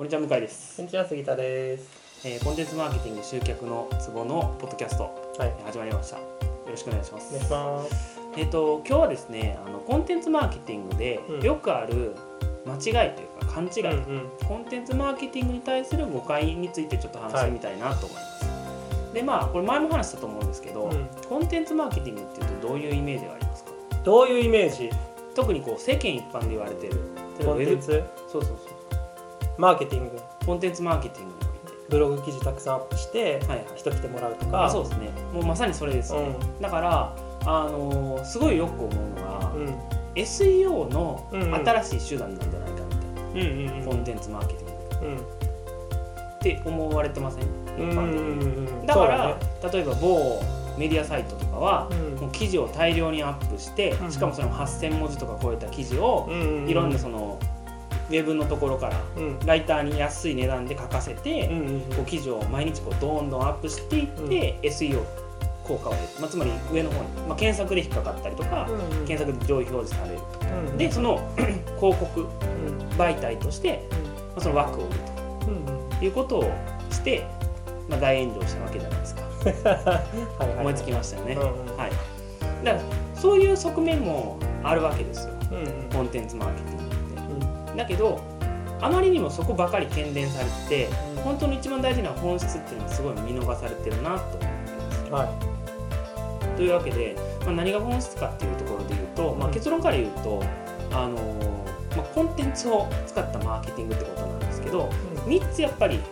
こんにちは、向井です。 こんにちは、杉田です。 コンテンツマーケティング集客のツボのポッドキャスト、始まりました。よろしくお願いします。 お願いします。 今日はですね、コンテンツマーケティングでよくある間違いというか勘違い、コンテンツマーケティングに対する誤解についてちょっと話してみたいなと思います。で、これ前も話したと思うんですけど、コンテンツマーケティングっていうとどういうイメージがありますか？ どういうイメージ？ 特に世間一般で言われてるコンテンツ？ そうマーケティング、 コンテンツマーケティングにおいてブログ記事たくさんアップして、人来てもらうとか。 そうですね、もうまさにそれですね。だからすごいよく思うのが、SEO の新しい手段なんじゃないかみたいな、コンテンツマーケティング、って思われてません？だから、例えば某メディアサイトとかは、もう記事を大量にアップして、しかもその8000文字とか超えた記事を、いろんなそのウェブのところから、ライターに安い値段で書かせて、記事を毎日どんどんアップしていって、SEO 効果を得る、つまり上の方に、検索で引っかかったりとか、検索で上位表示されると、でその広告媒体として、その枠を売るということをして、大炎上したわけじゃないですか。思いつきましたよね。だからそういう側面もあるわけですよ、コンテンツマーケティングって。だけどあまりにもそこばかり喧伝されて、本当に一番大事な本質っていうのがすごい見逃されてるなと思ってます。というわけで、何が本質かっていうところで言うと、結論から言うとコンテンツを使ったマーケティングってことなんですけど、3つやっぱり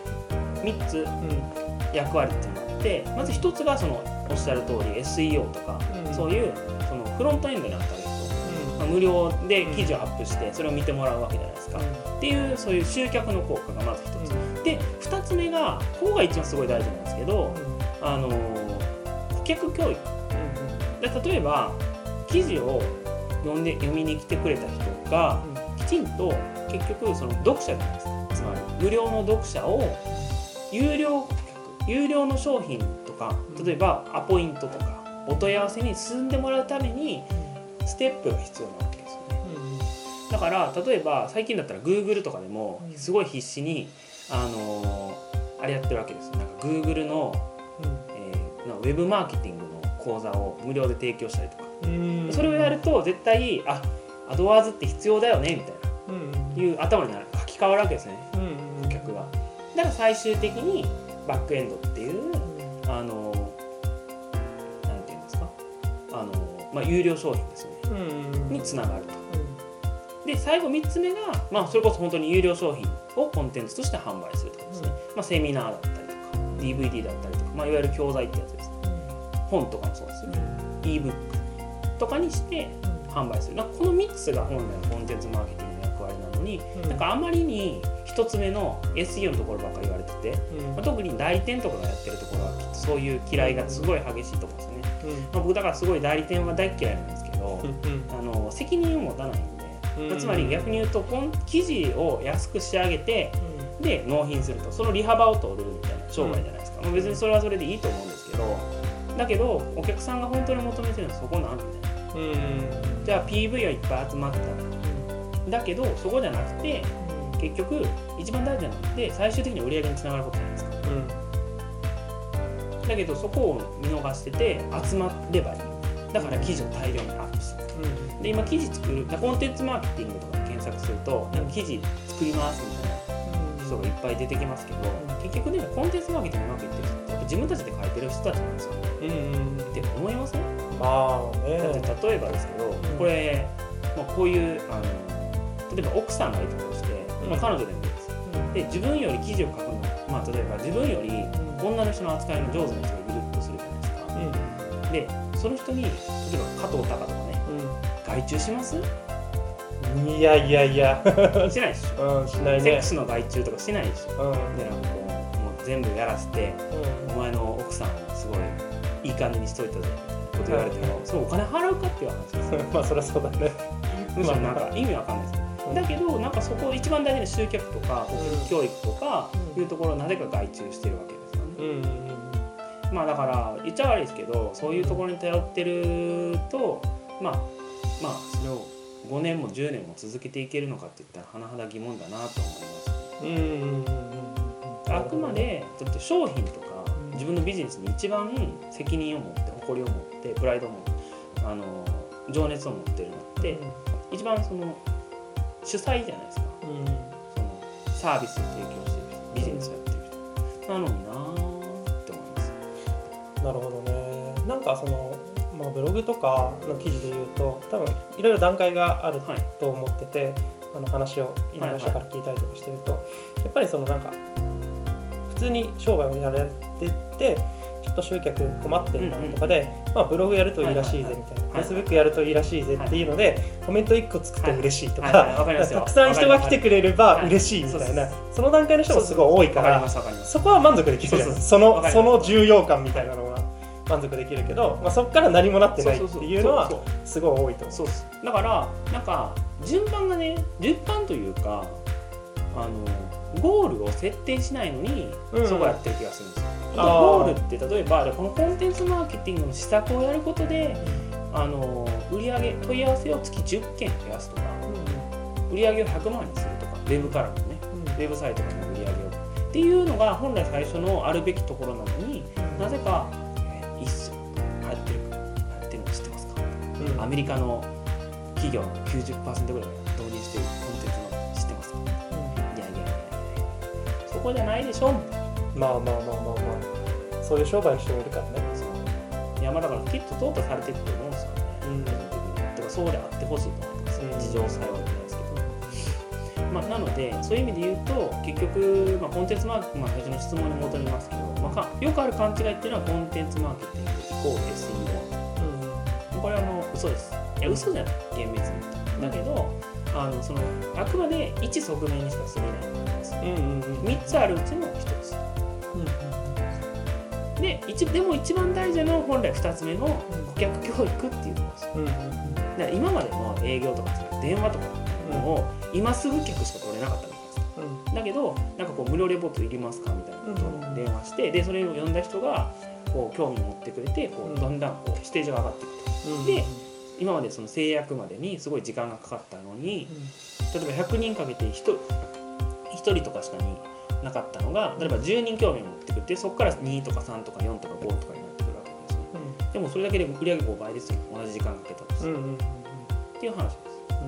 3つ役割っていうのがあって、まず1つがそのおっしゃる通り SEO とか、そういうそのフロントエンドに当たる人、無料で記事をアップしてそれを見てもらうわけじゃないですか、っていうそういう集客の効果がまず1つ、で2つ目がここが一番すごい大事なんですけど、顧客教育、例えば記事を読みに来てくれた人がきちんと結局その読者じゃないですか、つまり無料の読者を有料の商品とか、例えばアポイントとかお問い合わせに進んでもらうためにステップが必要なわけですよね。だから例えば最近だったら Google とかでもすごい必死にあれやってるわけですよ。なんか Google の、ウェブマーケティングの講座を無料で提供したりとか、それをやると絶対アドワーズって必要だよねみたいな、いう頭に書き換わるわけですね、顧客が。だから最終的にバックエンドっていうなんていうんですか、有料商品ですよね、につながると。で最後3つ目が、それこそ本当に有料商品をコンテンツとして販売するとかですね、セミナーだったりとか DVD だったりとか、いわゆる教材ってやつですね。本とかもそうですよね、ebook とかにして販売する。この3つが本来のコンテンツマーケティングの役割なのに、あまりに1つ目の SEO のところばっかり言われてて、特に代理店とかがやってるところはきっとそういう嫌いがすごい激しいと思うんですよね。僕だからすごい代理店は大嫌いなんですけど、責任を持たないんで、つまり逆に言うと記事を安く仕上げて、で納品すると、その利幅を取るみたいな商売じゃないですか。別にそれはそれでいいと思うんですけど、だけどお客さんが本当に求めてるのはそこなんで、じゃあ PV はいっぱい集まっただけどそこじゃなくて、結局一番大事なのって最終的に売り上げにつながることじゃないですか。だけどそこを見逃してて集まればいい。だから記事を大量にアップする。で今記事作る、コンテンツマーケティングとか検索すると記事作りますみたいな人がいっぱい出てきますけど、結局ね、コンテンツマーケティングうまくいってる人ってやっぱ自分たちで書いてる人たちなんですよ、って思いません？だって例えばですけど、これ、こういう例えば奥さんがいたとして、彼女でもいいです。で自分より記事を書くの、例えば自分より女の人の扱いの上手な人がいるとするじゃないですか。でその人に例えば加藤隆とかね、外注します？ いやしないでしょ、 しないね。 セックスの外注とかしないでしょ、でもう全部やらせて、お前の奥さんをすごいいい感じにしといたぜみたいなこと言われても、そうお金払うかっていう話ですよ。 そりゃそうだね。 むしろ意味わかんないですよ。だけどそこ一番大事な集客とか教育とかいうところをなぜか外注してるわけですよね。だから言っちゃ悪いですけど、そういうところに頼ってるとそれを5年も10年も続けていけるのかって言ったら甚だ疑問だなと思います。 あくまでだって商品とか自分のビジネスに一番責任を持って誇りを持ってプライドを持って情熱を持ってるのって、一番その主催じゃないですか、そのサービスを提供してる人、ビジネスをやってる人なのになって思います。 なるほどね。なんかその、ブログとかの記事で言うと多分いろいろ段階があると思ってて、話をいろんな人から聞いたりとかしてると、やっぱりそのなんか普通に商売をやられてってちょっと集客困ってるなとかで、ブログやるといいらしいぜみたいな、Facebook やるといいらしいぜっていうので、コメント1個つくと嬉しいとか、たくさん人が来てくれれば嬉しいみたいな、その段階の人もすごい多いから、そこは満足できるじゃないですか。その重要感みたいなのは満足できるけど、そこから何もなってないっていうのはすごい多いと思う。 そうですだからなんか順番がね、順番というかゴールを設定しないのにそこやってる気がするんですよ。ゴールって例えばこのコンテンツマーケティングの施策をやることで売上問い合わせを月10件増やすとか、売上を100万にするとか、ウェブからのね、ウェブサイトからの売上をっていうのが本来最初のあるべきところなのに、なぜかいいっすよ流行ってるの知ってますか、アメリカの企業の 90% ぐらいが導入しているコンテンツの知ってますか、いやそこじゃないでしょ。 そういう商売の人もいるからね。 いやだからきっと淘汰されてると思うんですよね。だからそうであってほしいと思います。事情さえはないですけど、なのでそういう意味で言うと結局、コンテンツマーケティング、最初の質問に戻りますけど、よくある勘違いっていうのはコンテンツマーケティングイコール SEO、これは嘘です。いや嘘じゃない厳密に言うと。だけどそのあくまで一側面にしか過ぎないと思います。3つあるうちの1つ。でも一番大事なのは本来2つ目の顧客教育っていうところですよ。だから今までの営業とか電話とかを今すぐ客しか取れなかったわけですか。だけどなんかこう無料レポートいりますかみたいなことを電話して、でそれを読んだ人がこう興味を持ってくれてこうだんだんこうステージが上がっていくと。で今までその制約までにすごい時間がかかったのに、例えば100人かけて1人とかしかになかったのが、例えば10人興味を持ってくれて、そこから2とか3とか4とか5とかになってくるわけですよ、でもそれだけで売上5倍ですよ、同じ時間かけたとして、っていう話です。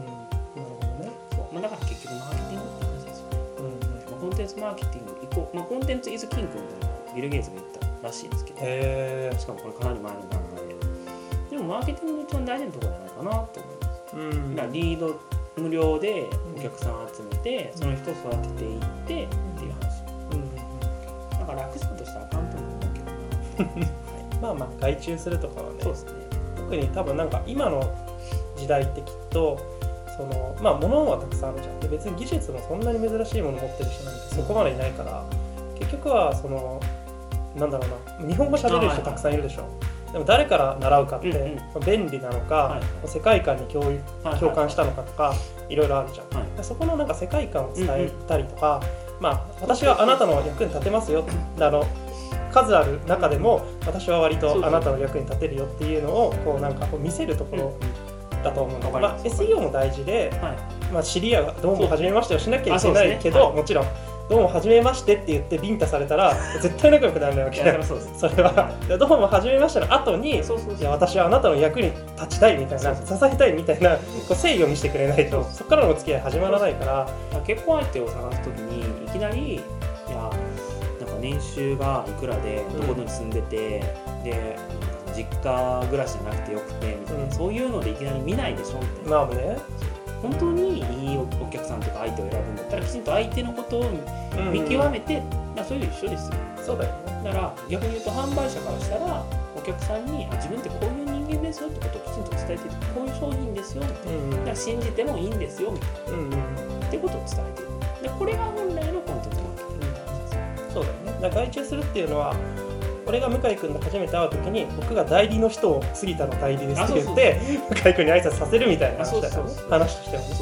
だから結局マーケティングって話ですよね。コンテンツマーケティングイコール、コンテンツイズキングみたいなビル・ゲイツが言ったらしいですけど、しかもこれかなり前の段階で、でもマーケティングの一番大事なところじゃないかなと思います。だからリード無料でお客さんを集めて、その人を育てていってっていう話。だから楽しくとしたらあかんと思うんだけどな。 外注するとかはね。 そうですね。 特に多分なんか今の時代ってきっとその物はたくさんあるじゃん。で別に技術もそんなに珍しいもの持ってる人なんてそこまでいないから、結局はそのなんだろうな、日本語喋れる人たくさんいるでしょ。でも誰から習うかって便利なのか、世界観に共感したのかとかいろいろあるじゃん、そこのなんか世界観を伝えたりとか、私はあなたの役に立てますよ、数ある中でも私は割とあなたの役に立てるよっていうのをこうなんかこう見せるところだと思うんだけど、SEO も大事で、知り合いはどうも初めましてをしなきゃいけないけど、もちろんどうも初めましてって言ってビンタされたら絶対仲良くならないわけだよ。それはどうも初めましての後に、いや私はあなたの役に立ちたいみたいな、支えたいみたいなこう誠意を見せてくれないと、そこからのお付き合い始まらないから。 結婚相手を探すときにいきなり、いやなんか年収がいくらでどこに住んでて、で実家暮らしじゃなくてよくてみたいな、そういうのでいきなり見ないでしょみたいな。本当にいいお客さんとか相手を選ぶんだったらきちんと相手のことを見極めて、それと一緒ですよ。 そうだよね。 だから逆に言うと販売者からしたらお客さんに自分ってこういう人間ですよってことをきちんと伝えていて、こういう商品ですよみたいな、だから信じてもいいんですよみたいな、ってことを伝えている。でこれが本来のコンテンツマーケティングの話ですよ。 そうだよね。だから外注するっていうのは、俺が向井君と初めて会うときに僕が代理の人を杉田の代理ですって言って向井君に挨拶させるみたいな話だからね。話としてはね。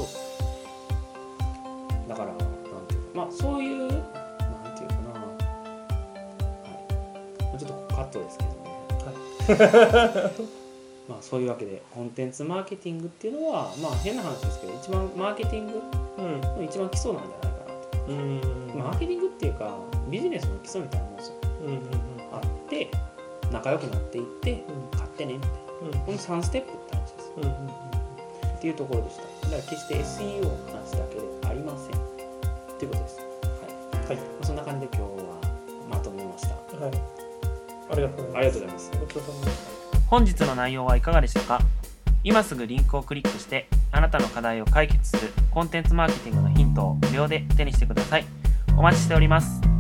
だからなんていうか、そういうなんていうかな、ちょっとカットですけどね。そういうわけでコンテンツマーケティングっていうのは変な話ですけど、一番マーケティングの一番基礎なんじゃないかなと。 マーケティングっていうかビジネスの基礎みたいなもんですよ、あって仲良くなっていって、買ってねみたいな、この3ステップって話です、っていうところでした。だから決して SEO の話だけではありませんということです。はい、そんな感じで今日はまとめました。はい、 ありがとうございます。 本日の内容はいかがでしたか？今すぐリンクをクリックしてあなたの課題を解決するコンテンツマーケティングのヒントを無料で手にしてください。お待ちしております。